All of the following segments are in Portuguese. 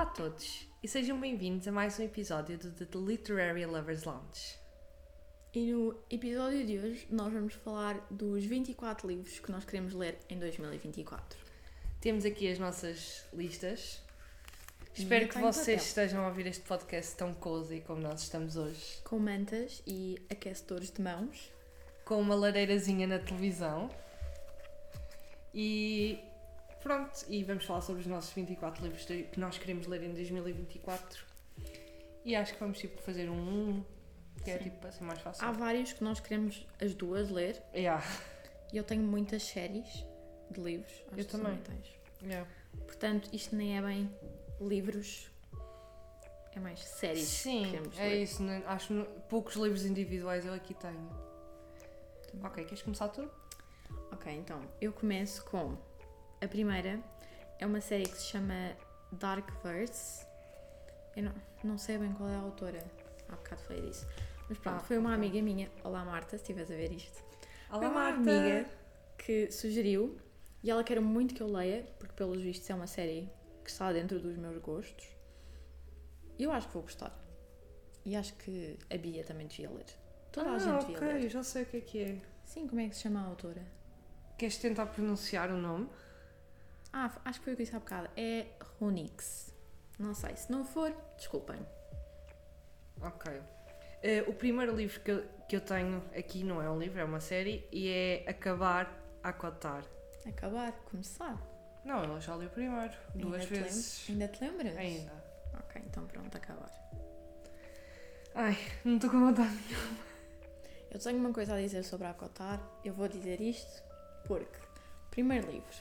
todos e sejam bem-vindos a mais um episódio do The Literary Lovers Lounge. E no episódio de hoje nós vamos falar dos 24 livros que nós queremos ler em 2024. Temos aqui as nossas listas. Espero que vocês estejam a ouvir este podcast tão cozy como nós estamos hoje. Com mantas e aquecedores de mãos. Com uma lareirazinha na televisão. E pronto, e vamos falar sobre os nossos 24 livros que nós queremos ler em 2024. E acho que vamos tipo fazer que é tipo para ser mais fácil. Há vários que nós queremos as duas ler. Yeah. E eu tenho muitas séries de livros. Acho eu que também. Tens. Yeah. Portanto, isto nem é bem livros, é mais séries. Sim, que queremos é ler. isso. Acho que poucos livros individuais eu aqui tenho. Ok, queres começar tu? Ok, então eu começo com a primeira. É uma série que se chama Dark Verse. Eu não sei bem qual é a autora. Há bocado falei disso. Mas pronto, foi uma amiga minha. Olá Marta, se estiveres a ver isto. Olá Foi uma Marta! amiga que sugeriu e ela quer muito que eu leia, porque pelos vistos é uma série que está dentro dos meus gostos. E eu acho que vou gostar. E acho que a Bia também devia ler. Toda a gente devia ler. Ok, já sei o que é. Sim, como é que se chama a autora? Queres tentar pronunciar o nome? Acho que foi o que eu disse há bocado. É Ronix. Não sei, se não for, desculpem. Ok. O primeiro livro que eu tenho aqui não é um livro, é uma série e é Acabar a Cotar. Acabar, começar. Não, eu já li o primeiro, duas vezes. Ainda te lembras? Ainda. Ok, então pronto, acabar. Ai, não estou com vontade nenhuma. Eu tenho uma coisa a dizer sobre a Cotar. Eu vou dizer isto porque, primeiro livro,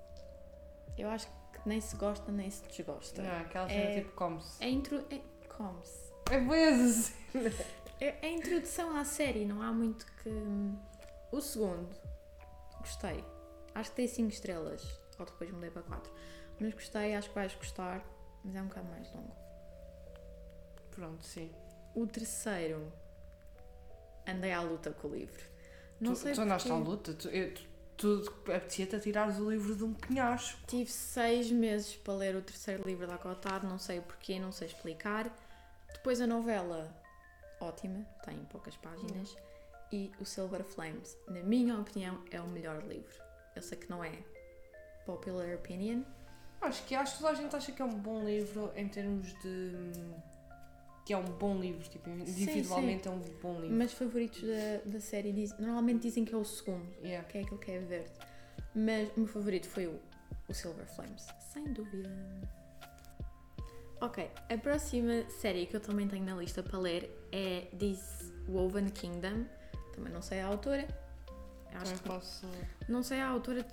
eu acho que nem se gosta nem se desgosta. Não, aquela cena tipo come-se. Come-se. É vezes. É a introdução à série, não há muito que... O segundo, gostei. Acho que dei 5 estrelas, ou depois mudei para 4. Mas gostei, acho que vais gostar, mas é um bocado mais longo. Pronto, sim. O terceiro, andei à luta com o livro. Não sei tu andaste à luta? Tu apetecia-te a tirares o livro de um penhasco. Tive 6 meses para ler o terceiro livro da Cotar, não sei o porquê, não sei explicar. Depois a novela, ótima, tem poucas páginas. E o Silver Flames, na minha opinião, é o melhor livro. Eu sei que não é popular opinion. Acho que toda a gente acha que é um bom livro em termos de... que é um bom livro, tipo, individualmente sim. É um bom livro. Mas favoritos da série normalmente dizem que é o segundo, Yeah. que é aquele que é verde. Mas o meu favorito foi o Silver Flames, sem dúvida. Ok, a próxima série que eu também tenho na lista para ler é This Woven Kingdom. Também não sei a autora. Acho que posso... Não sei a autora,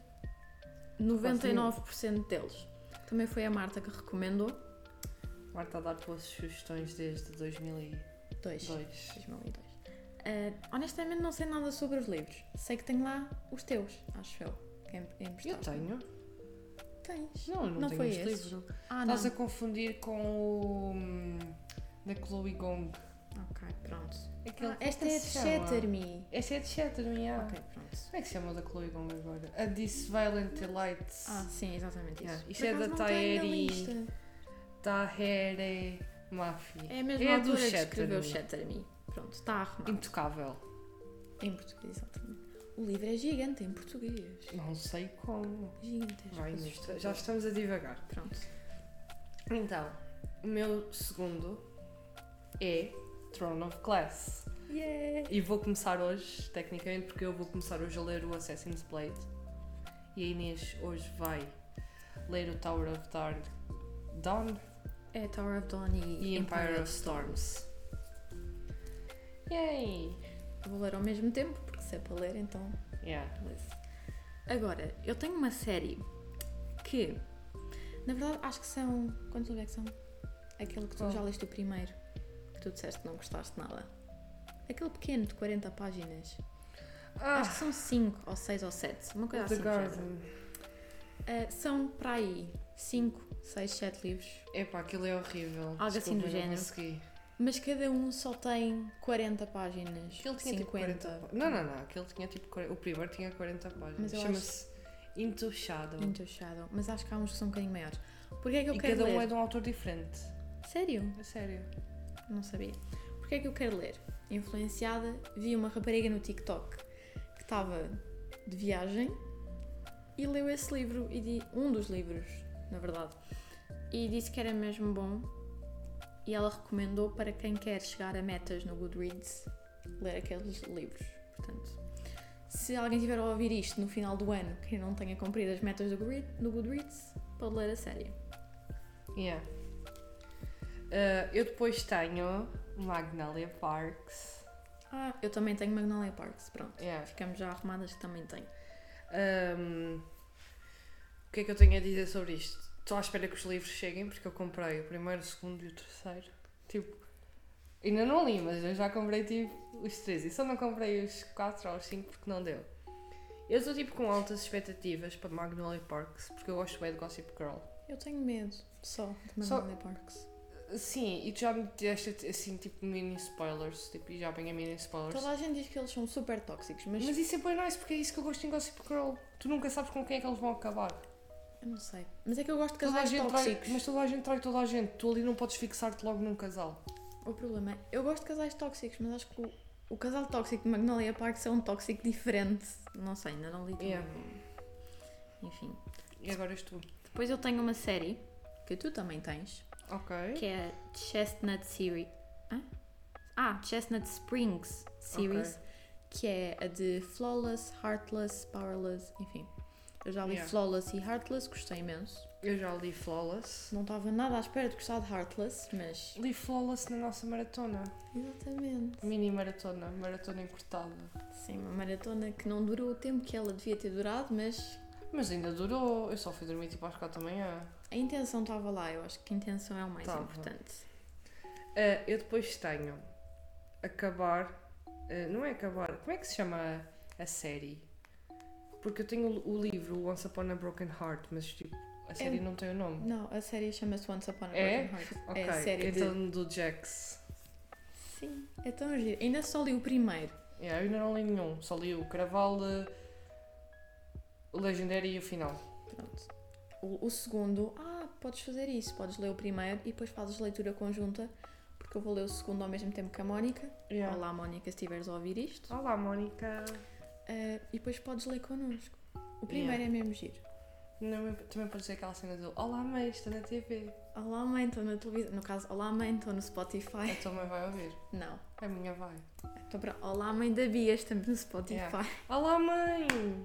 99% deles. Também foi a Marta que recomendou. Marta a dar boas sugestões desde 2002. Honestamente não sei nada sobre os livros. Sei que tenho lá os teus, acho eu. Que é eu tenho. Tens? Não tenho foi este esse livro. Não. Estás a confundir com o da Chloe Gong. Ok, pronto. Esta é de Shatter Me. Esta é de Shatter Me, Ok, pronto. Como é que se chama o da Chloe Gong agora? A This Violent Delights. Sim, exatamente isso. Isto é da Tahereh Mafi. É a mesma autora que escreveu Shatter Me. Pronto, está arrumado. Intocável. Em português, exatamente. O livro é gigante em português. Não sei como. Gigantesco. Já estamos a divagar. Pronto. Então, o meu segundo é Throne of Glass. Yeah. E vou começar hoje, tecnicamente, porque eu vou começar hoje a ler o Assassin's Blade. E a Inês hoje vai ler o Tower of Dawn. É Tower of Dawn e Empire of Storms. Yay! Eu vou ler ao mesmo tempo, porque se é para ler, então... Yeah. Beleza. Agora, eu tenho uma série que, na verdade, acho que são... Quantos livros é que são? Aquele que tu já leste o primeiro, que tu disseste que não gostaste nada. Aquele pequeno, de 40 páginas. Acho que são 5, ou 6, ou 7. Uma coisa The assim. Garden. São, para aí, 5, 6, 7 livros. Epá, aquilo é horrível. Algo assim do género. Mas cada um só tem 40 páginas. Aquele tinha 50. Tipo 40. Não. Aquele tinha tipo... O primeiro tinha 40 páginas. Chama-se Into Shadow. Into Shadow. Mas acho que há uns que são um bocadinho maiores. Porque é que eu E quero cada ler? um é de um autor diferente. Sério? A sério. Não sabia. Porque é que eu quero ler? Influenciada, vi uma rapariga no TikTok que estava de viagem e leu esse livro, um dos livros, na verdade, e disse que era mesmo bom e ela recomendou para quem quer chegar a metas no Goodreads ler aqueles livros. Portanto, se alguém estiver a ouvir isto no final do ano, quem não tenha cumprido as metas do Goodreads, pode ler a série. Yeah. Eu depois tenho Magnolia Parks. Eu também tenho Magnolia Parks, pronto. Yeah. Ficamos já arrumadas que também tenho. O que é que eu tenho a dizer sobre isto? Estou à espera que os livros cheguem, porque eu comprei o primeiro, o segundo e o terceiro. Tipo, ainda não li, mas eu já comprei tipo os 3 e só não comprei os 4 ou os 5 porque não deu. Eu estou tipo com altas expectativas para Magnolia Parks, porque eu gosto bem de Gossip Girl. Eu tenho medo só de Magnolia Parks. Sim, e tu já me deste assim tipo mini spoilers, tipo, e já apanhei mini spoilers. Toda a gente diz que eles são super tóxicos, mas isso é bem nice, porque é isso que eu gosto em Gossip Girl. Tu nunca sabes com quem é que eles vão acabar. eu não sei. Mas é que eu gosto de Toda a casais gente tóxicos. mas toda a gente trai toda a gente. Tu ali não podes fixar-te logo num casal. O problema é, eu gosto de casais tóxicos, mas acho que o casal tóxico de Magnolia Parks é um tóxico diferente. Não sei, ainda não li tudo. Yeah. Enfim. E agora és tu. Depois eu tenho uma série, que tu também tens, Ok. que é a Chestnut Series. Chestnut Springs Series, que é a de Flawless, Heartless, Powerless, enfim. Eu já li Flawless e Heartless, gostei imenso. Eu já li Flawless. Não estava nada à espera de gostar de Heartless, mas... Li Flawless na nossa maratona. Exatamente. Mini maratona. Maratona encurtada. Sim, uma maratona que não durou o tempo que ela devia ter durado, mas Mas ainda durou. Eu só fui dormir tipo às 4 da manhã. a intenção estava lá. Eu acho que a intenção é o mais Tava. importante. Eu depois tenho acabar. Não é acabar. Como é que se chama a série? Porque eu tenho o livro Once Upon a Broken Heart, mas tipo, a série não tem o nome. Não, a série chama-se Once Upon a É? Broken Heart. Ok, É a série então do Jax. Sim, é tão giro. Ainda só li o primeiro. Eu ainda não li nenhum, só li o Craval, o Legendário e o final. Pronto. O segundo, podes fazer isso. Podes ler o primeiro e depois fazes leitura conjunta, porque eu vou ler o segundo ao mesmo tempo que a Mónica. Olá, Mónica, se estiveres a ouvir isto. Olá, Mónica. E depois podes ler connosco. O primeiro é mesmo giro. Não, também pode ser aquela cena do Olá, mãe, estou na TV. Olá, mãe, estou na televisão. No caso, olá, mãe, estou no Spotify. A tua mãe vai ouvir. Não. A minha vai. Então, olá, mãe da Bia, estamos no Spotify. Olá, mãe!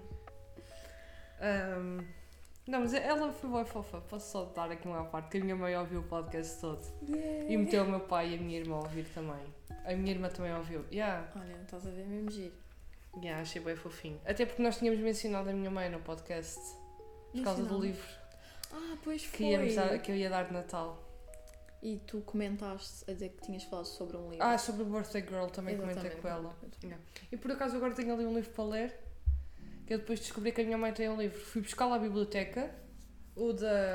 Não, mas ela foi bem fofa. Posso só dar aqui uma parte que a minha mãe ouviu o podcast todo. Yeah. E meteu o meu pai e a minha irmã a ouvir também. A minha irmã também ouviu. Olha, estás a ver mesmo giro. Achei bem fofinho. Até porque nós tínhamos mencionado a minha mãe no podcast. Por causa do livro pois foi. Que eu ia dar de Natal. E tu comentaste a dizer que tinhas falado sobre um livro. Sobre o Birthday Girl também comentei com ela. E por acaso agora tenho ali um livro para ler, que eu depois descobri que a minha mãe tem um livro. Fui buscar lá à biblioteca, o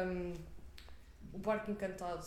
Barco Encantado.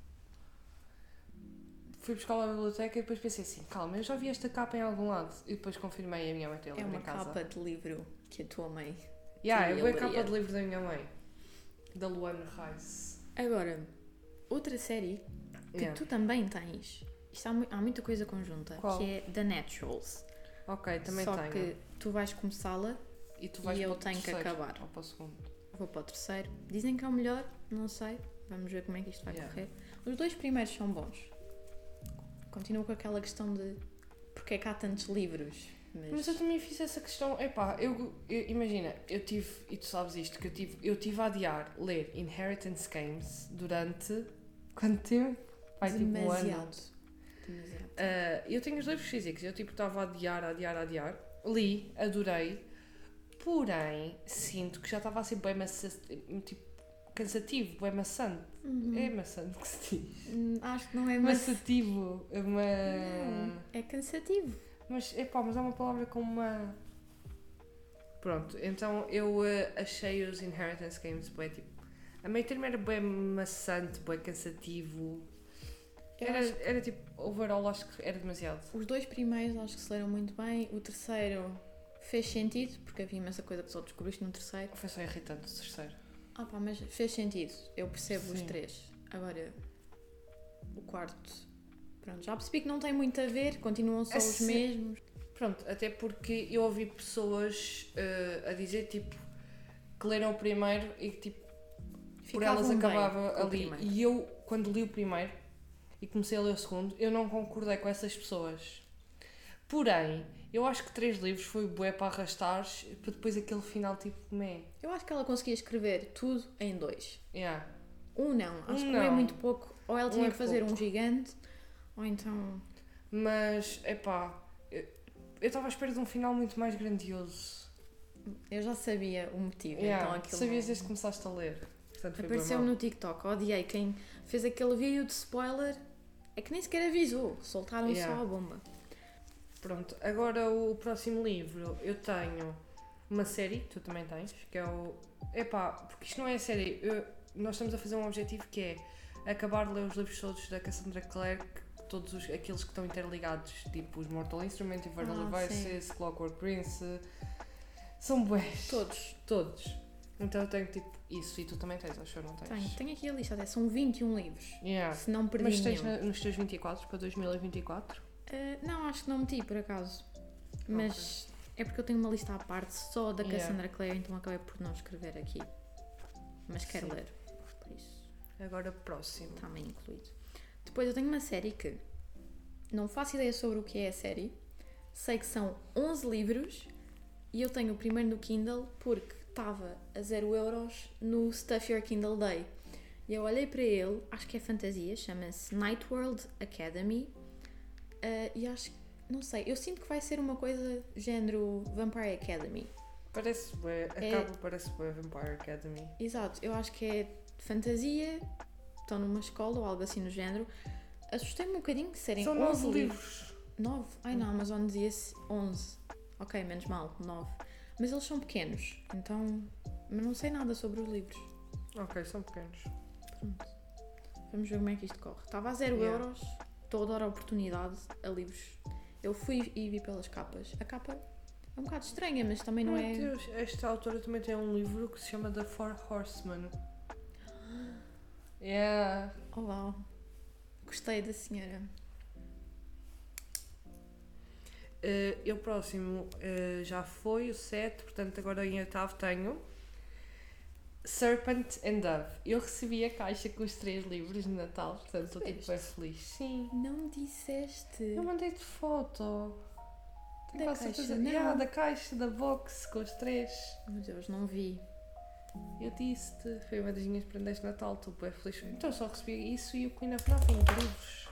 Fui buscar lá à biblioteca e depois pensei assim, calma, eu já vi esta capa em algum lado. E depois confirmei, a minha mãe tem um livro em casa. É uma capa de livro que a tua mãe... Eu vou a capa de livro da minha mãe. Da Luana Reis. Agora, outra série que tu também tens. Isto há muita coisa conjunta. Qual? Que é The Naturals. Ok, também Só tenho. que tu vais começá-la e tu vais eu para o tenho que terceiro, acabar. Ou para o segundo. Vou para o terceiro. Dizem que é o melhor, não sei. Vamos ver como é que isto vai correr. Os 2 primeiros são bons. Continuo com aquela questão de porque é que há tantos livros. Mas eu também fiz essa questão. Imagina, eu tive, e tu sabes isto, que eu tive a adiar ler Inheritance Games durante quanto tempo? Tipo um ano. Demasiado. Eu tenho os livros físicos, eu estava a adiar. Li, adorei, porém sinto que já estava a ser bem cansativo, bem maçante. É maçante que se diz. Acho que não é maçativo. Não, é cansativo. Mas é uma palavra com uma... Pronto, então eu achei os Inheritance Games bem a meio termo era bem maçante, bem cansativo. Era overall acho que era demasiado. Os 2 primeiros acho que se leram muito bem. O terceiro fez sentido, porque havia imensa coisa que só descobriste no terceiro. Foi só irritante o terceiro. Ah pá, mas fez sentido. Eu percebo os Sim. 3. Agora, o quarto... Pronto, já percebi que não tem muito a ver, continuam só os mesmos. Pronto, até porque eu ouvi pessoas a dizer, tipo, que leram o primeiro e que, tipo, por elas acabava ali. E eu, quando li o primeiro e comecei a ler o segundo, eu não concordei com essas pessoas. Porém, eu acho que 3 livros foi bué para arrastar para depois aquele final, tipo, meh. Eu acho que ela conseguia escrever tudo em 2. Yeah. Não, acho que não é muito pouco. Ou ela tinha que fazer pouco. um gigante, ou então... Mas, epá, eu estava à espera de um final muito mais grandioso. Eu já sabia o motivo, Yeah, então aquilo... sabias desde que começaste a ler. Portanto, foi Apareceu-me no TikTok, odiei quem fez aquele vídeo de spoiler, é que nem sequer avisou, soltaram só a bomba. Pronto, agora o próximo livro, eu tenho uma série, tu também tens, que é o... Epá, porque isto não é série, nós estamos a fazer um objetivo que é acabar de ler os livros todos da Cassandra Clare, todos aqueles que estão interligados, tipo os Mortal Instrument, Infernal Devices, Clockwork Prince, são bués. Todos. Então eu tenho tipo isso, e tu também tens, acho que não tens? Tenho aqui a lista, até são 21 livros, se não perdi Mas tens nenhum. nos teus 24 para 2024? Não, acho que não meti por acaso, mas é porque eu tenho uma lista à parte só da Cassandra Clare, então acabei por não escrever aqui, mas quero ler, por isso. Agora próximo. Também incluído. Depois eu tenho uma série que não faço ideia sobre o que é a série, sei que são 11 livros e eu tenho o primeiro no Kindle porque estava a 0€ no Stuff Your Kindle Day. E eu olhei para ele, acho que é fantasia, chama-se Night World Academy. E acho que, não sei, eu sinto que vai ser uma coisa género Vampire Academy. Parece bem, parece bem Vampire Academy. Exato, eu acho que é fantasia, estão numa escola ou algo assim no género. Assustei-me um bocadinho de serem 11 livros. 9? Ai, na Amazon dizia-se 11. Ok, menos mal, 9. Mas eles são pequenos, então... Mas não sei nada sobre os livros. Ok, são pequenos. Pronto. Vamos ver como é que isto corre. Estava a 0€, estou a dar a oportunidade a livros. Eu fui e vi pelas capas. A capa é um bocado estranha, mas também não é... Deus, esta autora também tem um livro que se chama The Four Horsemen. Oh, uau. Gostei da senhora. Eu próximo já foi o 7, portanto agora em 8º tenho Serpent and Dove. Eu recebi a caixa com os 3 livros de Natal, portanto estou tipo bem feliz. Sim. Não me disseste. Eu mandei-te foto. Da caixa, certeza. não. Da caixa, da box com os 3. Meu Deus, não vi. Eu disse-te, foi uma das minhas prendas de Natal, estou bem feliz. Então eu só recebi isso e o Queen of Nothing, de livros.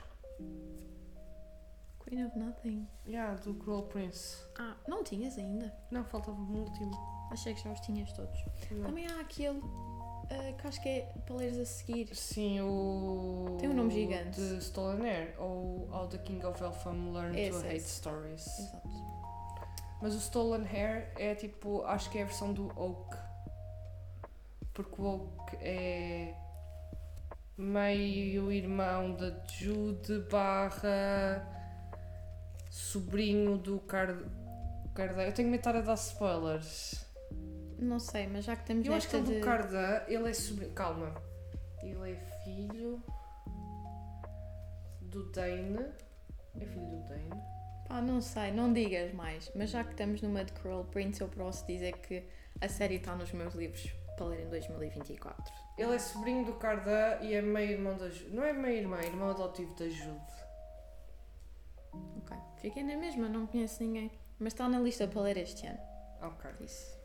Queen of Nothing. Do Cruel Prince. Não tinhas ainda? Não, faltava-me o último. Achei que já os tinhas todos. Não. Também há aquele que acho que é para leres a seguir. Sim, o... Tem um nome gigante. De Stolen Air, ou How the King of Elfham Learned to Hate Stories. Exato. Mas o Stolen Hair é tipo, acho que é a versão do Oak. Porque o Oak é meio irmão da Jude barra sobrinho do Cardeiro. Eu tenho medo de estar a dar spoilers. Não sei, mas já que temos Eu acho que esta o do Cardeiro, ele é sobrinho... Calma. Ele é filho do Dane. É filho do Dane? Não sei, não digas mais. Mas já que estamos numa de Cruel Prince, eu posso dizer que a série está nos meus livros para ler em 2024. Ele é sobrinho do Cardeiro e é meio irmão da Jude. Não é meio irmão, é irmão adotivo da Jude. Ok. Fiquei na mesma, não conheço ninguém. Mas está na lista para ler este ano. Ok. Isso.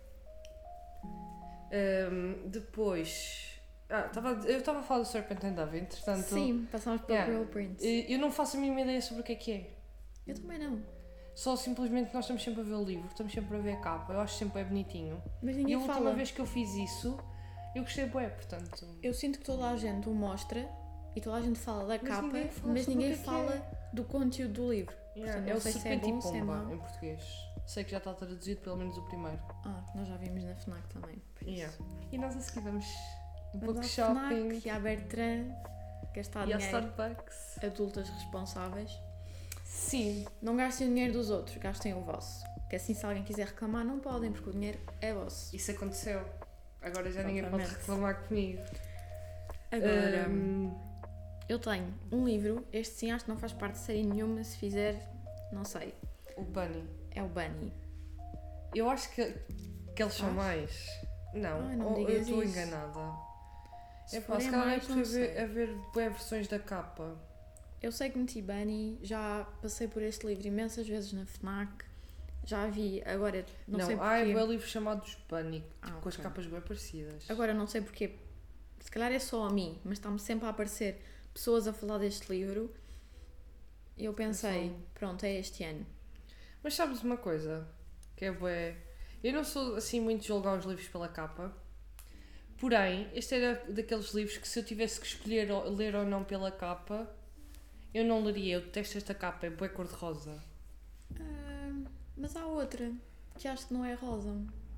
Depois... eu estava a falar do Serpent and Dove, entretanto... Sim, passamos pelo Cruel Prince. Eu não faço a mínima ideia sobre o que é. Eu também não. Só simplesmente nós estamos sempre a ver o livro, estamos sempre a ver a capa, eu acho sempre bonitinho. Mas E ninguém a última fala. vez que eu fiz isso, eu gostei bué, portanto... Eu sinto que toda a gente o mostra e toda a gente fala da capa, ninguém fala mas sobre ninguém o que é que fala do conteúdo do livro. Portanto, é não o sei se é Serpente bom, e se é Pomba, mau. em português. Sei que já está traduzido, pelo menos o primeiro. Nós já vimos na FNAC também. Por isso. E nós a seguir vamos um Vamos pouco ao shopping. FNAC e à Bertrand gastar E ao dinheiro. Starbucks. Adultas responsáveis. Sim. Não gastem o dinheiro dos outros, gastem o vosso. Que assim, se alguém quiser reclamar, não podem, porque o dinheiro é vosso. Isso aconteceu. Agora já ninguém pode Exatamente. reclamar comigo. Agora, eu tenho um livro, este sim acho que não faz parte de série nenhuma, se fizer, não sei. O Bunny. É o Bunny. Eu acho que eles são Acho? mais. Não, Ai, não ou eu digas estou isso. enganada. Se É pá, se forem calhar é mais, por não sei. haver bué versões da capa. Eu sei que meti Bunny, já passei por este livro imensas vezes na FNAC, já vi, agora não sei porquê. Há bué livros chamados Bunny, com as ok. capas bem parecidas. Agora não sei porquê, se calhar é só a mim, mas está-me sempre a aparecer pessoas a falar deste livro e eu pensei, pronto, é este ano. Mas sabes uma coisa? Que é bué... Eu não sou assim muito de julgar os livros pela capa. Porém, este era daqueles livros que se eu tivesse que escolher ler ou não pela capa, eu não leria. Eu detesto esta capa, é bué cor-de-rosa. Mas há outra, que acho que não é rosa.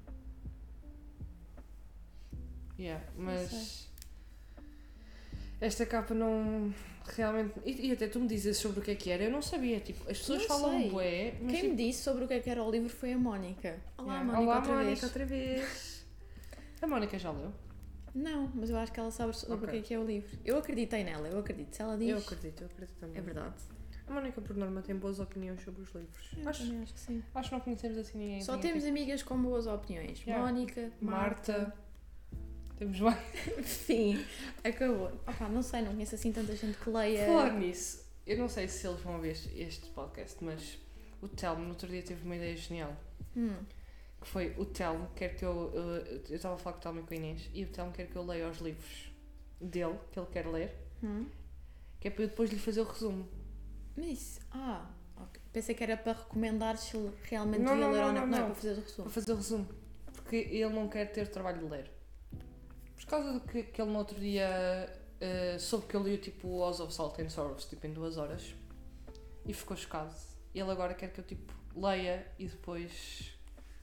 Yeah, sei. mas... Esta capa não... Realmente... E até tu me dizes sobre o que era, eu não sabia. Tipo, as pessoas Não falam sei. bué, mas Quem tipo... me disse sobre o que era o livro foi a Mónica. Olá, Yeah. Mónica, Olá, outra Mónica, vez. outra vez. A Mónica já leu? Não, mas eu acho que ela sabe sobre Ok. o que é o livro. Eu acreditei nela, eu acredito. Se ela diz, Eu acredito também. é verdade. A Mónica, por norma, tem boas opiniões sobre os livros. Eu também acho que sim. Acho que não conhecemos assim ninguém. Só assim, temos tipo, amigas com boas opiniões. Yeah. Mónica, Marta. Temos mais. Fim, acabou. Opa, não sei, não conheço assim tanta gente que leia. Falar nisso, eu não sei se eles vão ouvir este podcast, mas o Telmo no outro dia teve uma ideia genial. Que foi o Telmo quer que eu estava a falar com o Telmo e com a Inês, e o Telmo quer que eu leia os livros dele, que ele quer ler, que é para eu depois lhe fazer o resumo. Mas, ok. Pensei que era para recomendar se ele realmente Não, devia não, ler ou não, não. não, Não, é não. para fazer o Para resumo. fazer o resumo. Porque ele não quer ter trabalho de ler. Por causa do que ele no outro dia soube que eu li tipo o Oz of Salt and Sorrows tipo, em 2 horas e ficou chocado. Ele agora quer que eu tipo leia e depois.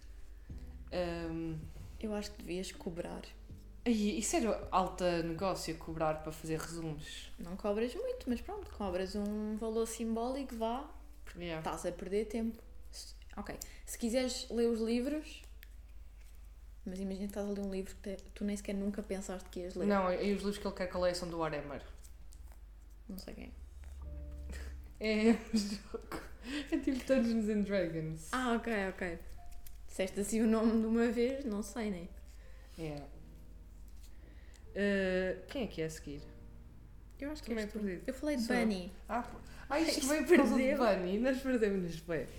Eu acho que devias cobrar. Isso era alta negócio cobrar para fazer resumos. Não cobras muito, mas pronto, cobras um valor simbólico, vá. Yeah. Estás a perder tempo. Ok. Se quiseres ler os livros, mas imagina que estás a ler um livro que tu nem sequer nunca pensaste que ias ler. Não, e os livros que ele quer que eu leia são do Warhammer. Não sei quem. É um jogo. É tipo Dungeons and Dragons. Ok. Disseste assim o nome de uma vez, não sei, né? Yeah. Quem é que é a seguir? Eu acho que Também és tu. perdido. Eu falei de Sou. Bunny. Isto Isto veio por causa de perdeu. Bunny, nós perdemos-nos bem.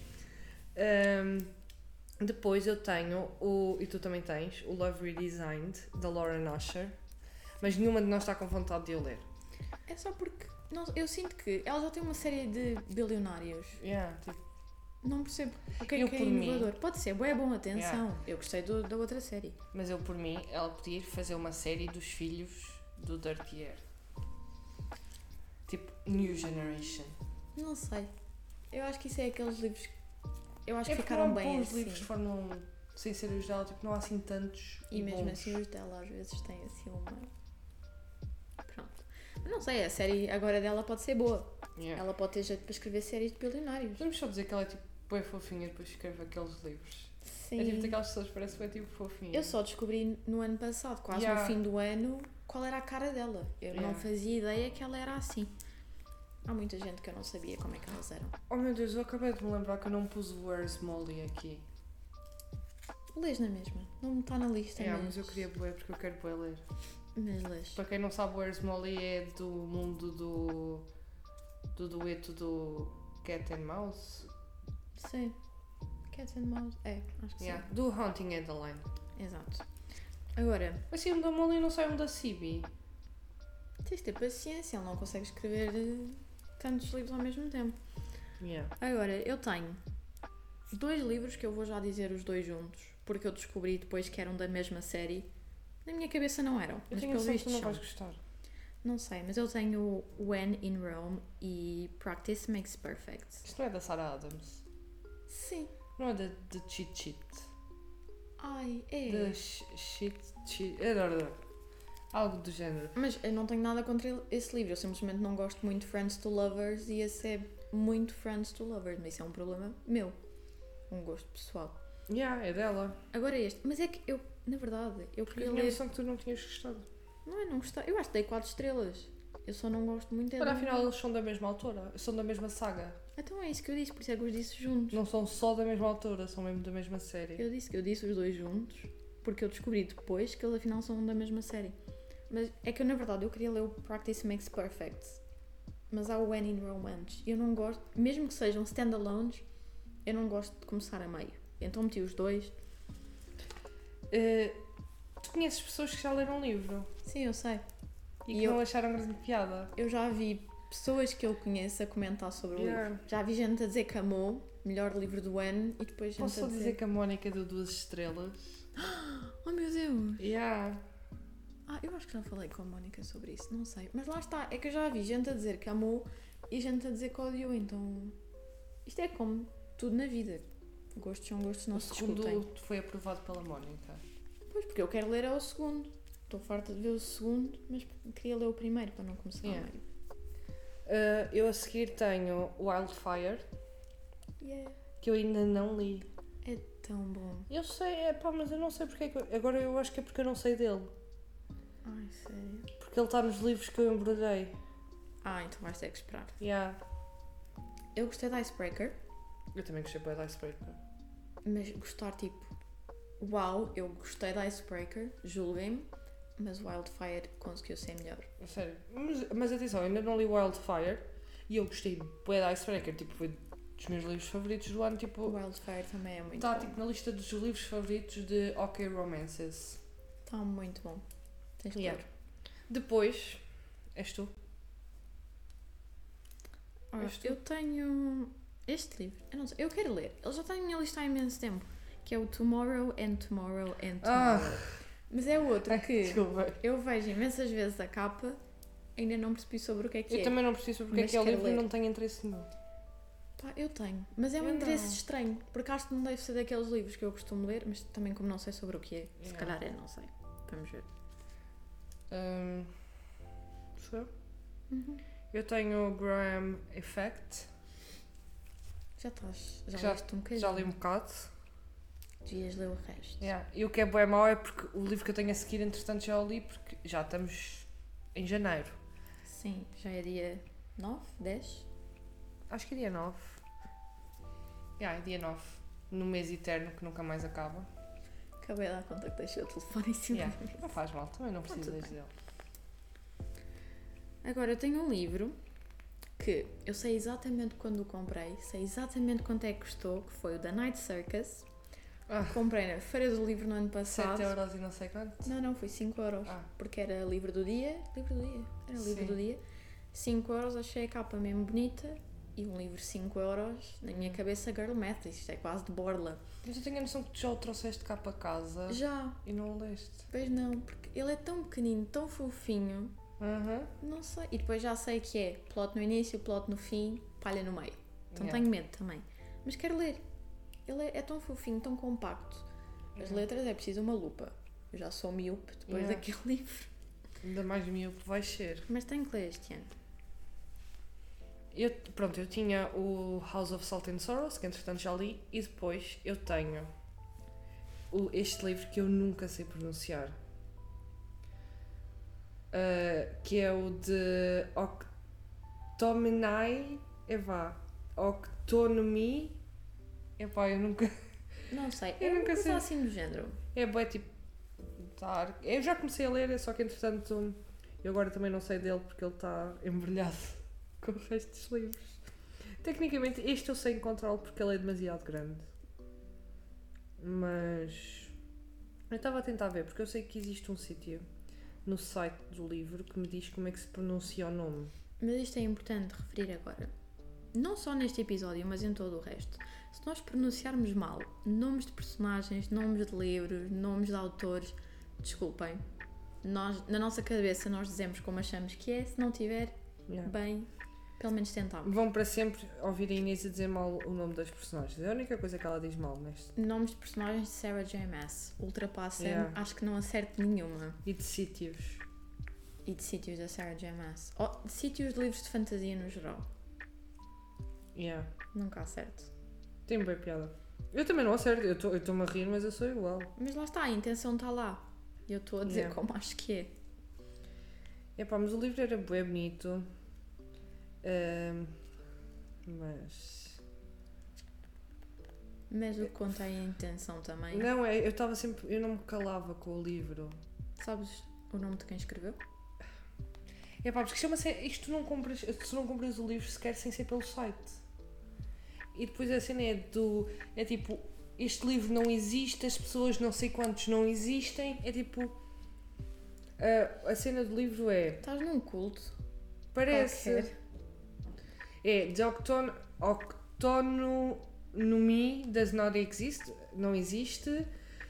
Depois eu tenho e tu também tens, o Love Redesigned, da Lauren Usher, mas nenhuma de nós está com vontade de eu ler. É só porque eu sinto que ela já tem uma série de bilionários. Tipo, Não percebo o que é Eu, que é por mim- inovador. Pode ser, é bom, atenção. Eu gostei da outra série. mas eu por mim, ela podia ir fazer uma série dos filhos do Dirty Air. Tipo, New Generation. Não sei. Eu acho que isso é aqueles livros que eu acho que porque ficaram não há bem bons assim. livros de forma sem ser os dela, tipo, não há assim tantos E mesmo bons. assim os dela às vezes têm assim uma... Pronto. Mas não sei, a série agora dela pode ser boa. Yeah. Ela pode ter jeito para escrever séries de bilionários. Podemos só dizer que ela é tipo bem fofinha e depois escreve aqueles livros. Sim. É tipo daquelas pessoas que parecem bem tipo fofinha. Eu só descobri no ano passado, quase Yeah. no fim do ano, qual era a cara dela. Eu não Yeah. fazia ideia que ela era assim. Há muita gente que eu não sabia como é que elas eram. Oh meu Deus, eu acabei de me lembrar que eu não pus o Where's Molly aqui. Lês na mesma. Não está na lista Yeah, mesmo. mas eu queria bué porque eu quero bué ler. Mas lês. Para quem não sabe, Where's Molly é do mundo do dueto do Cat and Mouse. Sim. Cats and Mouse. É, acho que Yeah, do Haunting Adeline. sim. Exato. Agora, Mas se um da Molly não sai um da Cibi. tens de ter paciência. Ele não consegue escrever tantos livros ao mesmo tempo. Yeah. Agora, eu tenho 2 livros que eu vou já dizer os 2 juntos, porque eu descobri depois que eram da mesma série. Na minha cabeça não eram, Eu mas tenho a pelos sensação que tu vistos não são. vais gostar. Não sei, mas eu tenho When in Rome e Practice Makes Perfect. Isto não é da Sarah Adams. Sim. Não é da Cheat Sheet. Ai, é. Da Cheat Sheet. Era. Algo do género. Mas eu não tenho nada contra esse livro, eu simplesmente não gosto muito de Friends to Lovers e esse é muito Friends to Lovers, mas isso é um problema meu, um gosto pessoal. É dela. Agora este, mas é que eu, na verdade, eu Porque queria tinha a ler... noção que tu não tinhas gostado. Não é não gostar, eu acho que dei 4 estrelas, eu só não gosto muito Para afinal eles são da mesma autora, são da mesma saga. Então é isso que eu disse, por isso é que eu os disse juntos. Não são só da mesma autora, são mesmo da mesma série. Eu disse os dois juntos, porque eu descobri depois que eles afinal são da mesma série. Mas é que eu, na verdade, eu queria ler o Practice Makes Perfect. Mas há o When in Romance. E eu não gosto, mesmo que sejam standalones, eu não gosto de começar a meio. Então meti os dois. Tu conheces pessoas que já leram o livro Sim, eu sei. e que não acharam grande piada? Eu já vi pessoas que eu conheço a comentar sobre o livro. Já vi gente a dizer que amou, melhor livro do ano, e depois gente Posso a só dizer... dizer que a Mónica deu 2 estrelas? Oh meu Deus! Eu acho que já falei com a Mónica sobre isso, não sei. Mas lá está, é que eu já vi gente a dizer que amou e gente a dizer que odiou, então... Isto é como tudo na vida. Gostos são gostos, não se discutem. O segundo foi aprovado pela Mónica. Pois, porque eu quero ler é o segundo. Estou farta de ver o segundo, mas queria ler o primeiro para não começar a meio. Eu a seguir tenho Wildfire, que eu ainda não li. É tão bom. Eu sei, mas eu não sei porque é que... Agora eu acho que é porque eu não sei dele. Ai, sério? Porque ele está nos livros que eu embrulhei. Então vais ter que esperar. Eu gostei da Icebreaker. Eu também gostei bem da Icebreaker. Mas gostar tipo... Uau, eu gostei da Icebreaker, julguem-me. Mas Wildfire conseguiu ser melhor. Sério. Mas atenção, eu ainda não li Wildfire e eu gostei bem da Icebreaker. Tipo, foi dos meus livros favoritos do ano. Tipo, Wildfire também é muito bom. Está bom. tipo, na lista dos livros favoritos de OK Romances. Está muito bom. Tens que ler. Depois, és tu. Eu tenho este livro. Eu não sei. Eu quero ler. Ele já está na minha lista há imenso tempo. Que é o Tomorrow and Tomorrow and Tomorrow. Mas é outro que eu vejo imensas vezes a capa, ainda não percebi sobre o que é que é. Eu também não percebi sobre o que é o livro e não tenho interesse nenhum. Eu tenho. Mas é um interesse estranho, porque acho que não deve ser daqueles livros que eu costumo ler, mas também como não sei sobre o que é, se calhar não sei. Vamos ver. Sou eu? Eu tenho o Graham Effect. Já estás. Já leste um bocadinho. Já li um bocado. Devias ler o resto. E o que é bem mau é porque o livro que eu tenho a seguir, entretanto, já o li porque já estamos em janeiro. Sim, já é dia 9, 10? Acho que é dia 9. É dia 9. No mês eterno que nunca mais acaba. Acabei de dar conta que deixei o telefone em cima. Não faz mal, também não precisas dele. Agora eu tenho um livro que eu sei exatamente quando o comprei, sei exatamente quanto é que custou, que foi o The Night Circus. Comprei na Feira do Livro no ano passado. 7€ e não sei quanto? Não, foi 5€. Porque era livro do dia. Era livro do dia. 5€, achei a capa mesmo bonita. E um livro 5€, na minha cabeça, girl math, isto é quase de borla. Mas eu tenho a noção que tu já o trouxeste cá para casa. Já. E não o leste. Pois não, porque ele é tão pequenino, tão fofinho. Não sei. E depois já sei que é plot no início, plot no fim, palha no meio. Então tenho medo também. Mas quero ler. Ele é tão fofinho, tão compacto. As letras é preciso uma lupa. Eu já sou miúpe depois daquele livro. Ainda mais miúpe vai ser. Mas tenho que ler este ano. Eu tinha o House of Salt and Sorrows, que entretanto já li, e depois eu tenho este livro que eu nunca sei pronunciar. Que é o de Octonomy. Eu nunca... Não sei, eu nunca sei assim do género. É tipo... Eu já comecei a ler, só que entretanto eu agora também não sei dele porque ele está embrulhado com o resto dos livros. Tecnicamente este eu sei encontrá-lo porque ele é demasiado grande. Mas... eu estava a tentar ver, porque eu sei que existe um sítio no site do livro que me diz como é que se pronuncia o nome. Mas isto é importante referir agora. Não só neste episódio, mas em todo o resto. Se nós pronunciarmos mal nomes de personagens, nomes de livros, nomes de autores, desculpem. Nós, na nossa cabeça nós dizemos como achamos que é, se não tiver bem, pelo menos tentamos. Vão para sempre ouvir a Inês a dizer mal o nome das personagens. É a única coisa que ela diz mal neste. Nomes de personagens de Sarah J. Maas. Ultrapassem, acho que não acerto nenhuma. E de sítios. E de sítios da Sarah J. Maas. Ou de sítios de livros de fantasia no geral. Yeah. Nunca acerto. Tem bem piada. Eu também não acerto. Eu estou-me a rir, mas eu sou igual. Mas lá está, a intenção está lá. E eu estou a dizer como acho que é. Epá, mas o livro era bem bonito. Mas... Mas o que conta é a intenção também. Não, eu estava sempre... Eu não me calava com o livro. Sabes o nome de quem escreveu? Epá, porque chama-se... Isto tu não compras o livro sequer sem ser pelo site. E depois a cena é tipo... Este livro não existe, as pessoas não sei quantos não existem. É tipo... A cena do livro é... Estás num culto. Parece... Qualquer. É... The Octonomy does not exist. Não existe.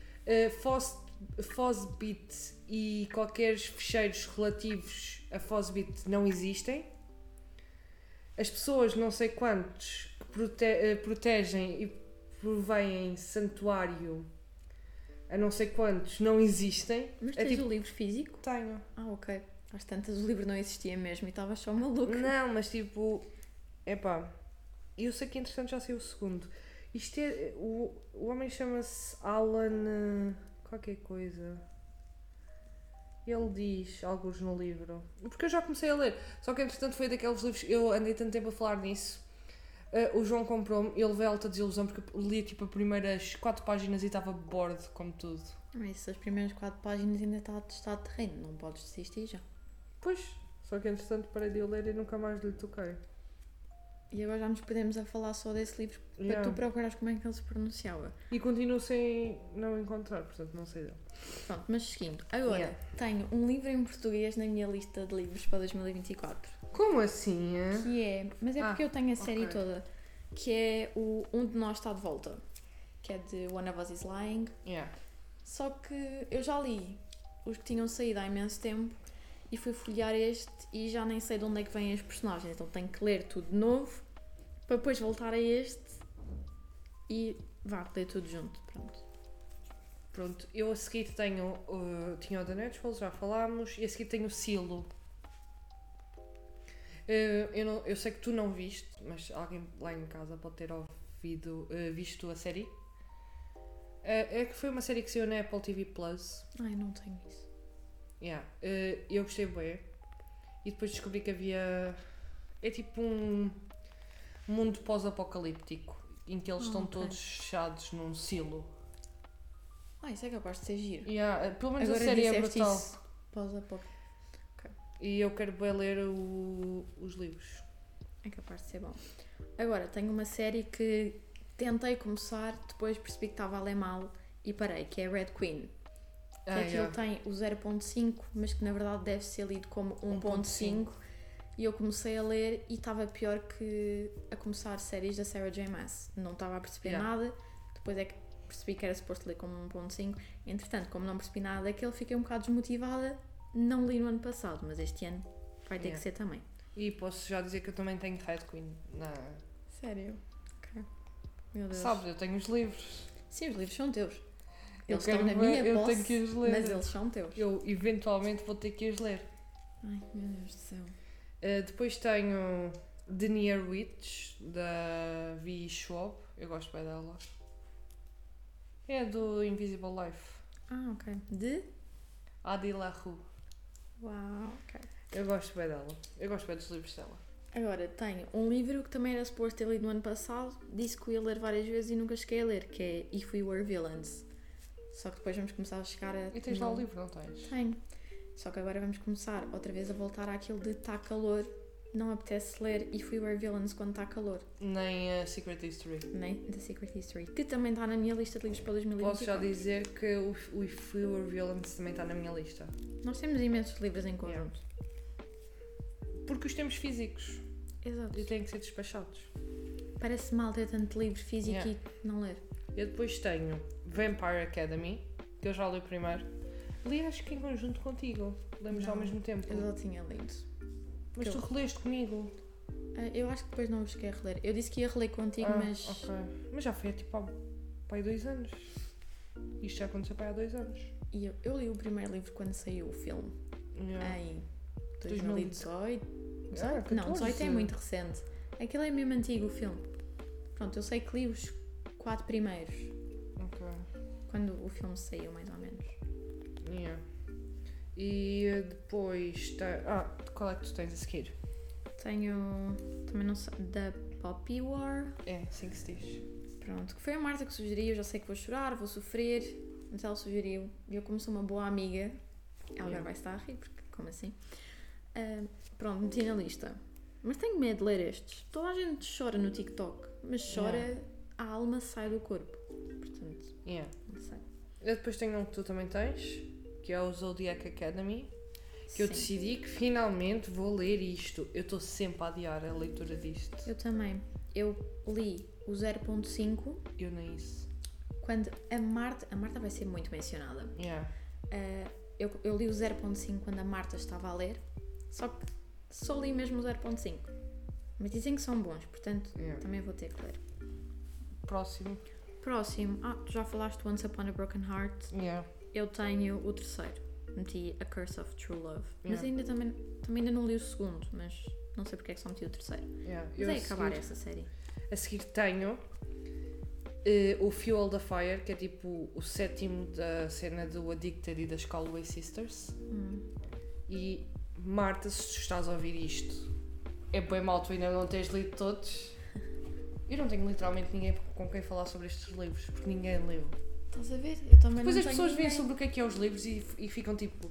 Fozbit e qualquer fecheiros relativos a Fozbit não existem. As pessoas não sei quantos que protegem e provêm santuário a não sei quantos não existem. Mas É tens tipo... o livro físico? Tenho. Ah, ok. Às tantas o livro não existia mesmo e estava só maluco. Não, mas tipo... Epá, eu sei que entretanto já sei o segundo. Isto é... O homem chama-se Alan... qualquer coisa. Ele diz alguns no livro. Porque eu já comecei a ler. Só que entretanto foi daqueles livros... Eu andei tanto tempo a falar nisso. O João comprou-me. Ele veio alta desilusão porque li tipo as primeiras 4 páginas e estava bored como tudo. Mas essas primeiras 4 páginas ainda está de estado de terreno. Não podes desistir já. Pois. Só que entretanto parei de o ler e nunca mais lhe toquei. E agora já nos podemos a falar só desse livro para tu procurares como é que ele se pronunciava. E continuo sem não encontrar, portanto não sei dele. Pronto, mas seguindo. Agora, tenho um livro em português na minha lista de livros para 2024. Como assim? Que é... Mas é porque eu tenho a série ok. toda. Que é o Um de Nós Está de Volta. Que é de One of Us is Lying. Yeah. Só que eu já li os que tinham saído há imenso tempo e fui folhear este e já nem sei de onde é que vêm as personagens, então tenho que ler tudo de novo para depois voltar a este e ler tudo junto. Pronto, eu a seguir tenho tinha o da Netflix, já falámos, e a seguir tenho o Silo. Eu sei que tu não viste, mas alguém lá em casa pode ter visto a série. É que foi uma série que saiu na Apple TV Plus. Ai, não tenho isso. Yeah. Eu gostei bem. E depois descobri que havia... É tipo um mundo pós-apocalíptico em que eles estão todos fechados num silo. Isso é capaz de ser giro. Yeah, pelo menos agora a série é brutal. Pós-apocalíptico. E eu quero bem ler os livros. É capaz de ser bom. Agora, tenho uma série que tentei começar, depois percebi que estava a ler mal e parei, que é Red Queen. Que aquilo tem o 0.5, mas que na verdade deve ser lido como 1.5. E eu comecei a ler e estava pior que a começar séries da Sarah J. Maas. Não estava a perceber nada. Depois é que percebi que era suposto ler como 1.5. Entretanto, como não percebi nada daquele, fiquei um bocado desmotivada. Não li no ano passado, mas este ano vai ter que ser também. E posso já dizer que eu também tenho Red Queen. Sério? Ok. Meu Deus. Sabes, eu tenho os livros. Sim, os livros são teus. Eu Eles estão na minha posse, tenho que os ler. mas eles são teus. Eu eventualmente vou ter que os ler. Ai, meu Deus do céu. Depois tenho The Near Witch, da V. Schwab. Eu gosto bem dela. É do Invisible Life. Ah, ok. De? Adi LaRue. Uau, ok. Eu gosto bem dela. Eu gosto bem dos livros dela. Agora, tenho um livro que também era suposto ter lido no ano passado. Disse que ia ler várias vezes e nunca cheguei a ler, que é If We Were Villains. Só que depois vamos começar a chegar a... E tens lá o livro, não tens? Tenho. Só que agora vamos começar outra vez a voltar àquilo de tá calor. Não apetece ler If We Were Villains quando está calor. Nem a Secret History. Nem The Secret History. Que também está na minha lista de livros para 2024. Posso já dizer que o If We Were Villains também está na minha lista. Nós temos imensos livros em conjunto. Porque os temos físicos. Exato. E têm que ser despachados. Parece mal ter tanto livro físico e não ler. Eu depois tenho Vampire Academy, que eu já li primeiro. Li acho que em conjunto contigo. Lemos ao mesmo tempo. Eu já tinha lido. Mas tu releste comigo. Eu acho que depois não os cheguei a reler. Eu disse que ia reler contigo, mas... Ok. Mas já foi tipo há 2 anos. Isto já aconteceu há 2 anos. E eu li o primeiro livro quando saiu o filme. Em 2018. Ah, Não, 18 é 14. muito recente. Aquilo é mesmo antigo o filme. Pronto, eu sei que li os 4 primeiros. Ok. Quando o filme saiu, mais ou menos. Yeah. E depois qual é que tu tens a seguir? Tenho. Também não sei. Da Poppy War. É, assim que se diz. Pronto, que foi a Marta que sugeriu. Já sei que vou chorar, vou sofrer. Mas ela sugeriu. E eu, como sou uma boa amiga, ela agora vai estar a rir, porque como assim? Pronto, meti na lista. Mas tenho medo de ler estes. Toda a gente chora no TikTok, mas chora, a alma sai do corpo. Portanto, Yeah. não sei. Eu depois tenho um que tu também tens, que é o Zodiac Academy, que eu decidi que finalmente vou ler isto. Eu estou sempre a adiar a leitura disto. Eu também. Eu li o 0.5 Eu nem isso. quando a Marta vai ser muito mencionada. Yeah. Eu li o 0.5 quando a Marta estava a ler, só que só li mesmo o 0.5. Mas dizem que são bons, portanto também vou ter que ler. Próximo. Próximo. Tu já falaste Once Upon a Broken Heart. Yeah. Eu tenho o terceiro. Meti A Curse of True Love. Mas Yeah. também ainda não li o segundo, mas não sei porque é que só meti o terceiro. Yeah. Mas é acabar essa série. A seguir tenho o Fuel the Fire, que é tipo o sétimo da cena do Addicted e das Calloway Sisters. E Marta, se tu estás a ouvir isto, é bem mal tu ainda não tens lido todos. Eu não tenho literalmente ninguém com quem falar sobre estes livros, porque ninguém leu. Estás a ver? Eu também Depois não as tenho pessoas veem ninguém. sobre o que é os livros e ficam tipo,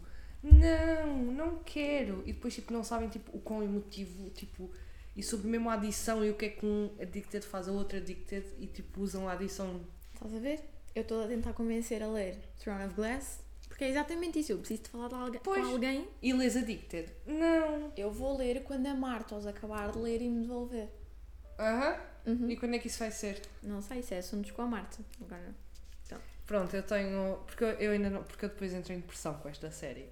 não quero. E depois tipo, não sabem tipo, o quão emotivo, tipo, e sobre mesmo a adição e o que é que um Addicted faz a outro Addicted e tipo, usam a adição. Estás a ver? Eu estou a tentar convencer a ler Throne of Glass, porque é exatamente isso. Eu preciso de falar com alguém. E lês Addicted? Não. Eu vou ler quando a Marta os acabar de ler e me devolver. E quando é que isso vai ser? Não sei, isso é assuntos com a Marta. Agora. Pronto, eu tenho. Porque eu ainda não. Porque eu depois entrei em depressão com esta série.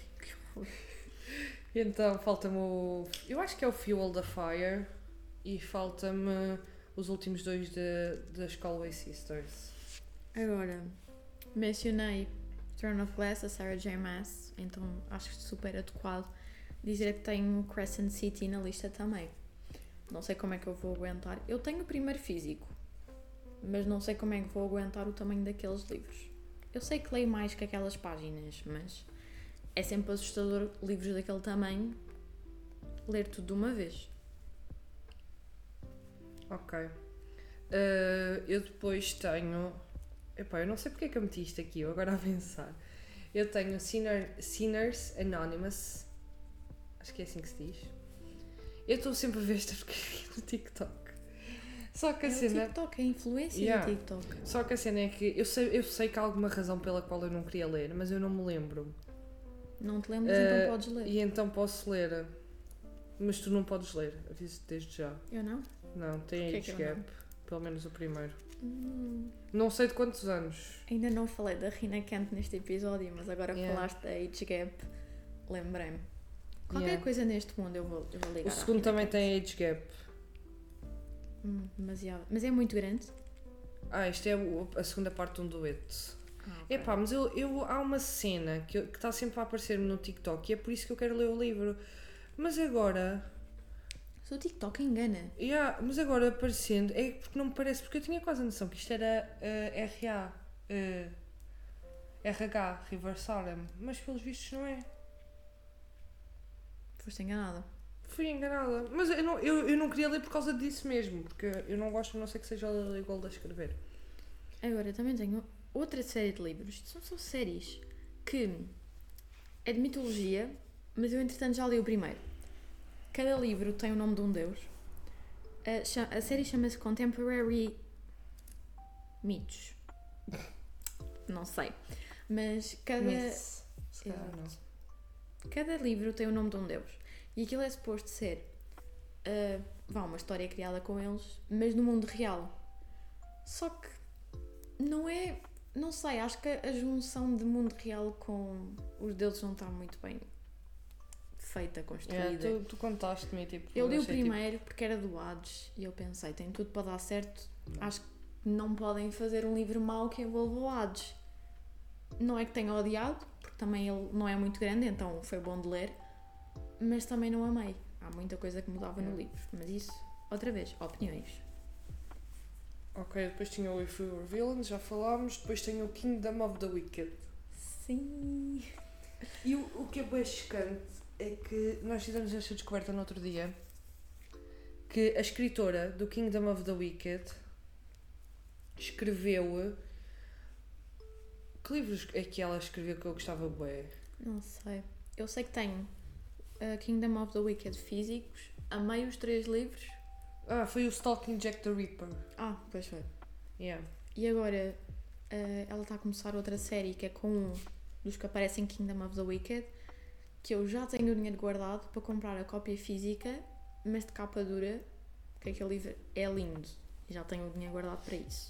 Então falta-me o. Eu acho que é o Fuel the Fire. E falta-me os últimos dois das Calloway Sisters. Agora, mencionei Throne of Glass, a Sarah J. Maas, então acho que super adequado dizer que tenho Crescent City na lista também. Não sei como é que eu vou aguentar. Eu tenho o primeiro físico, mas não sei como é que vou aguentar o tamanho daqueles livros. Eu sei que leio mais que aquelas páginas, mas é sempre assustador livros daquele tamanho ler tudo de uma vez. Ok. Eu depois tenho. Epá, eu não sei porque é que eu meti isto aqui, eu agora a pensar. Eu tenho Sinners Anonymous. Acho que é assim que se diz. Eu estou sempre a ver esta porcaria no TikTok. Só que a cena. O TikTok, a influência do TikTok. Só que a cena é que eu sei que há alguma razão pela qual eu não queria ler, mas eu não me lembro. Não te lembras, então podes ler. E então posso ler. Mas tu não podes ler, aviso desde já. Eu não? Não, tem Porquê age que eu gap. Pelo menos o primeiro. Não? Não sei de quantos anos. Ainda não falei da Rina Kent neste episódio, mas agora falaste da Age Gap, lembrei-me. Qualquer coisa neste mundo eu vou ligar. O segundo também tem age gap. Demasiado. Mas é muito grande? Isto é a segunda parte de um dueto. Okay. Epá, mas há uma cena que está sempre a aparecer-me no TikTok e é por isso que eu quero ler o livro. Mas agora... Se o TikTok engana. Mas agora aparecendo, é porque não me parece, porque eu tinha quase a noção que isto era RH, River Salem, mas pelos vistos não é. Foste enganada. Fui enganada, mas eu não queria ler por causa disso mesmo, porque eu não gosto, a não ser que seja igual a escrever. Agora, também tenho outra série de livros, isto são só séries, que é de mitologia, mas eu entretanto já li o primeiro. Cada livro tem o nome de um deus. A série chama-se Contemporary Mythos. Não sei. Mas cada livro tem o nome de um deus. E aquilo é suposto ser uma história criada com eles, mas no mundo real. Só que não é... Não sei, acho que a junção de mundo real com os deuses não está muito bem feita, construída. Tu contaste-me, tipo... Eu li o primeiro porque era do Hades e eu pensei, tem tudo para dar certo. Acho que não podem fazer um livro mau que envolva o Hades. Não é que tenha odiado, porque também ele não é muito grande, então foi bom de ler. mas também não amei. Há muita coisa que mudava no livro, mas isso, outra vez, opiniões. Ok, depois tinha o If We Were Villains, já falámos. Depois tem o Kingdom of the Wicked. Sim. E o que é bem chocante é que nós fizemos esta descoberta no outro dia, que a escritora do Kingdom of the Wicked escreveu... Que livros é que ela escreveu que eu gostava bem? Não sei. Eu sei que tenho Kingdom of the Wicked físicos, amei os 3 livros. Foi o Stalking Jack the Ripper. Pois foi. Yeah. E agora ela está a começar outra série que é com um dos que aparecem em Kingdom of the Wicked, que eu já tenho o dinheiro guardado para comprar a cópia física, mas de capa dura, porque aquele livro é lindo e já tenho o dinheiro guardado para isso.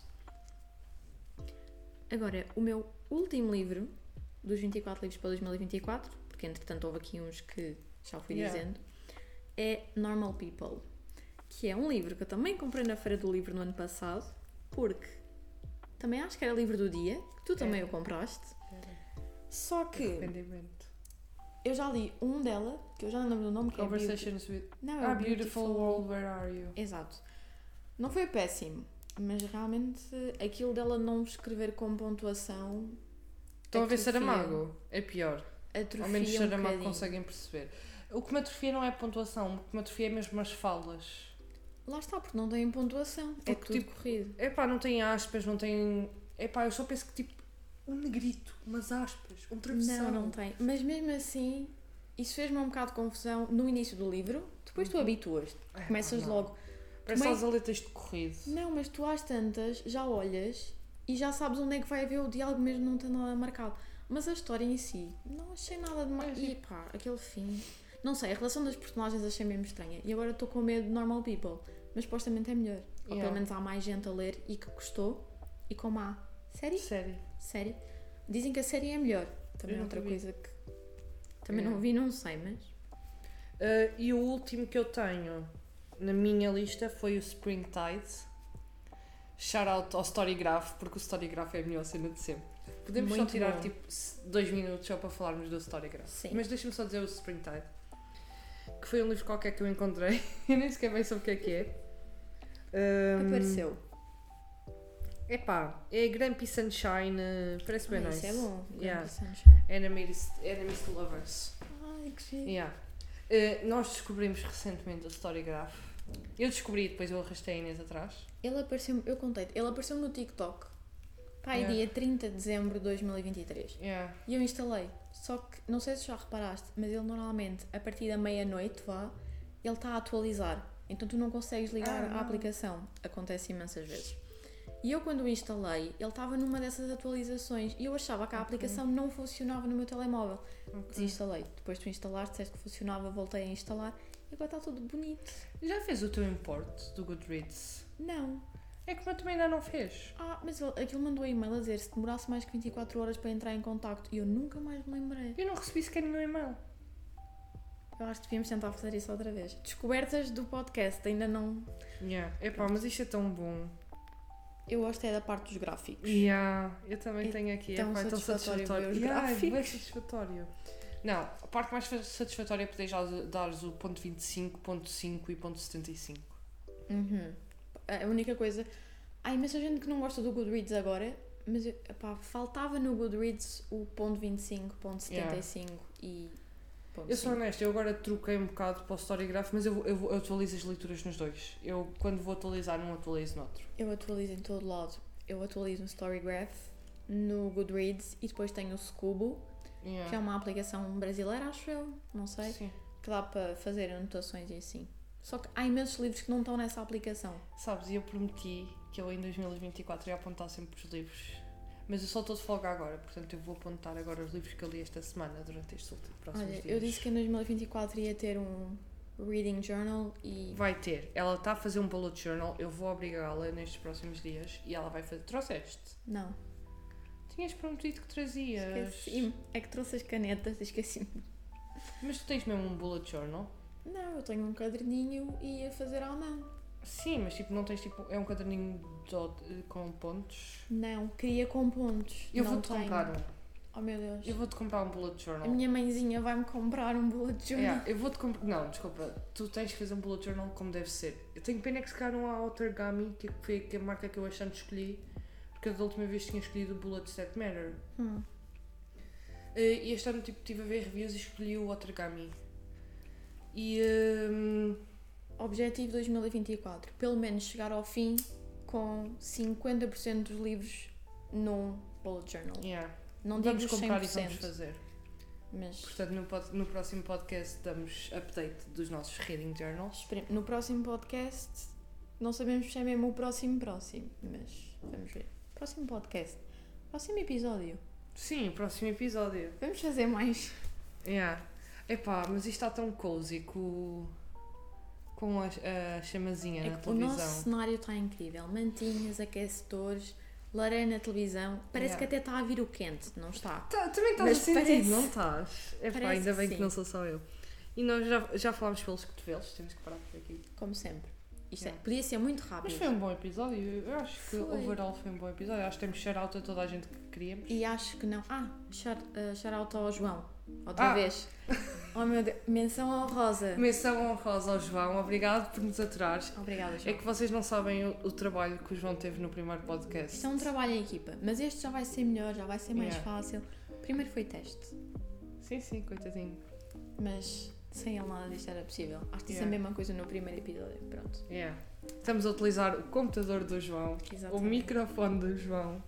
Agora, o meu último livro, dos 24 livros para 2024, porque entretanto houve aqui uns que já fui dizendo, é Normal People, que é um livro que eu também comprei na Feira do Livro no ano passado, porque também acho que era livro do dia, que tu também o compraste. Só que eu já li um dela, que eu já não lembro do nome, que Conversations with... Não, é Beautiful World, Where Are You? Exato. Não foi péssimo, mas realmente aquilo dela não escrever com pontuação... Estão a ver Saramago? É pior. Ao menos Saramago conseguem perceber. O que me atrofia não é pontuação, o que me atrofia é mesmo as falas. Lá está, porque não tem pontuação. Porque, é tudo tipo, corrido. Não tem aspas, não tem... eu só penso que tipo um negrito, umas aspas, um travessão. Não tem. Mas mesmo assim, isso fez-me um bocado de confusão no início do livro. Depois tu habituas. Começas logo... Parece as aletas de corrido. Não, mas tu às tantas já olhas e já sabes onde é que vai haver o diálogo mesmo não tem nada marcado. Mas a história em si, não achei nada de mais. E aquele fim... Não sei, a relação das personagens achei mesmo estranha. E agora estou com medo de Normal People. Mas supostamente é melhor. Ou pelo menos há mais gente a ler e que gostou. E como há... Série? Dizem que a série é melhor. Também é outra coisa que... Também não vi, não sei, mas... E o último que eu tenho na minha lista foi o Springtide. Shout out ao Storygraph, porque o Storygraph é a melhor cena de sempre. Podemos muito só tirar bom. tipo 2 minutos só para falarmos do Storygraph. Sim. Mas deixa-me só dizer o Springtide, que foi um livro qualquer que eu encontrei. Eu nem sequer bem sei o que é. Apareceu. É Grumpy Sunshine, parece bem nice. Isso é bom. Yeah. Sunshine. Enemies to Lovers. Ai, que giro. Yeah. Nós descobrimos recentemente o Storygraph. Eu descobri e depois eu arrastei a Inês atrás. Ele apareceu, eu contei-te, ele apareceu no TikTok. Dia 30 de dezembro de 2023. E eu instalei. Só que, não sei se já reparaste, mas ele normalmente, a partir da meia-noite, ele está a atualizar. Então tu não consegues ligar a aplicação. Acontece imensas vezes. E eu quando o instalei, ele estava numa dessas atualizações e eu achava que a aplicação não funcionava no meu telemóvel. Desinstalei. Depois tu instalaste, disseste que funcionava, voltei a instalar e agora está tudo bonito. Já fez o teu import do Goodreads? Não. É que o meu também ainda não fez. Mas aquilo mandou e-mail a dizer se demorasse mais que 24 horas para entrar em contacto e eu nunca mais me lembrei. Eu não recebi sequer nenhum e-mail. Eu acho que devíamos tentar fazer isso outra vez. Descobertas do podcast, ainda não... Mas isto é tão bom. Eu gosto da parte dos gráficos. Eu também tenho aqui. Tão satisfatório. Os gráficos. É satisfatório. Não, a parte mais satisfatória é poder já dares o ponto 25, ponto 5 e ponto 75. A única coisa... Há imensa gente que não gosta do Goodreads agora, mas faltava no Goodreads o ponto 25, ponto 75 e ponto 5. Eu sou honesta, eu agora troquei um bocado para o Storygraph, mas eu atualizo as leituras nos dois. Eu, quando vou atualizar, não atualizo no outro. Eu atualizo em todo lado. Eu atualizo no Storygraph, no Goodreads e depois tenho o Scubo, que é uma aplicação brasileira, acho eu, não sei, que dá para fazer anotações e assim. Só que há imensos livros que não estão nessa aplicação. Sabes, eu prometi que eu em 2024 ia apontar sempre os livros. Mas eu só estou de folga agora, portanto eu vou apontar agora os livros que eu li esta semana durante estes próximos dias. Eu disse que em 2024 ia ter um reading journal e... Vai ter. Ela está a fazer um bullet journal, eu vou obrigá-la nestes próximos dias e ela vai fazer... Trouxeste? Não. Tinhas prometido que trazias. Esqueci-me. É que trouxe as canetas, esqueci-me. Mas tu tens mesmo um bullet journal? Não, eu tenho um caderninho e ia fazer à mão. Sim, mas tipo, não tens tipo... É um caderninho com pontos? Não, queria com pontos. Eu vou-te comprar um. Oh meu Deus. Eu vou-te comprar um bullet journal. A minha mãezinha vai-me comprar um bullet journal. Yeah, eu vou-te comprar... Não, desculpa. Tu tens que fazer um bullet journal como deve ser. Eu tenho pena que se calhar não há Origami, que foi a marca que eu achei que escolhi. Porque da última vez tinha escolhido o Bullets That Matter. E este ano estive a ver reviews e escolhi o Origami. E... Objetivo 2024. Pelo menos chegar ao fim com 50% dos livros num bullet journal. Yeah. Não digo vamos 100%. comprar e vamos fazer. Mas Portanto, no próximo podcast damos update dos nossos reading journals. no próximo podcast, não sabemos se é mesmo o próximo, mas vamos ver. Próximo podcast. Próximo episódio. Sim, o próximo episódio. Vamos fazer mais. Yeah. Epá, mas isto está tão cozy com a chamazinha na O televisão. nosso cenário está incrível. Mantinhas, aquecedores, lareira na televisão. Parece que até está a vir o quente, não está? Também estás Mas a sentir, parece- não estás? Epá, parece ainda bem que que não sou só eu. E nós já falámos pelos cotovelos, temos que parar por aqui. Como sempre. Isto Yeah. podia ser muito rápido. Mas foi um bom episódio, eu acho que Foi. overall foi um bom episódio. Acho que temos shout-out a toda a gente que queríamos. E acho que não. Shout out ao João. Outra vez. Oh meu Deus. Menção honrosa. Menção honrosa ao João, obrigado por nos aturares. Obrigada, É João. que vocês não sabem o trabalho que o João teve no primeiro podcast. Isto é um trabalho em equipa. Mas este já vai ser melhor, já vai ser mais Yeah. fácil. Primeiro foi teste. Sim, coitadinho. Mas sem ele nada disto era possível. Acho que disse Yeah. a mesma coisa no primeiro episódio. Pronto. Yeah. Estamos a utilizar o computador do João, o Exatamente. microfone do João.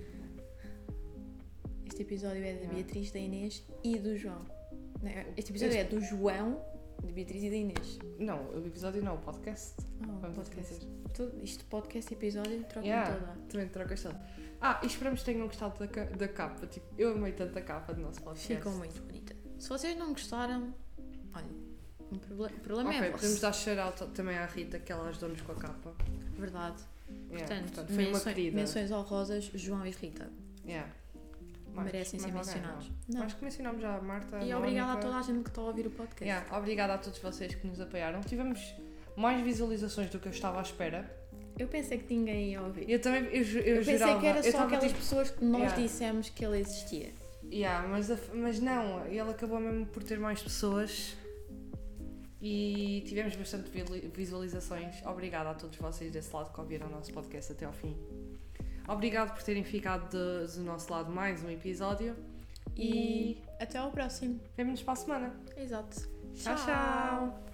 Este episódio é da Yeah. Beatriz, da Inês e do João. Não, este episódio é do João, da Beatriz e da Inês. Não, o episódio não, o podcast. Vamos podcast. dizer. Isto podcast e episódio troca Yeah, toda. também trocas tudo. E esperamos que tenham gostado da capa. Tipo, eu amei tanto a capa do nosso podcast. Ficou muito bonita. Se vocês não gostaram, olha, o problema Ok, é podemos vosso. dar shout-out também à Rita, que ela ajudou-nos com a capa. Verdade. Yeah, Portanto, foi uma querida. menções honrosas, João e Rita. Yeah. Merecem ser mais alguém, mencionados. não? Não. Acho que mencionámos já a Marta. E a obrigada a Mónica. toda a gente que está a ouvir o podcast. Yeah, obrigada a todos vocês que nos apoiaram. Tivemos mais visualizações do que eu estava à espera. Eu pensei que ninguém ia ouvir. Eu também, eu pensei jurava. que era eu só tava, aquelas tipo, pessoas que nós Yeah. dissemos que ele existia. Yeah, mas não, ele acabou mesmo por ter mais pessoas e tivemos bastante visualizações. Obrigada a todos vocês desse lado que ouviram o nosso podcast até ao fim. Obrigado por terem ficado do nosso lado mais um episódio E até ao próximo. vemo-nos para a semana. Exato. Tchau, tchau.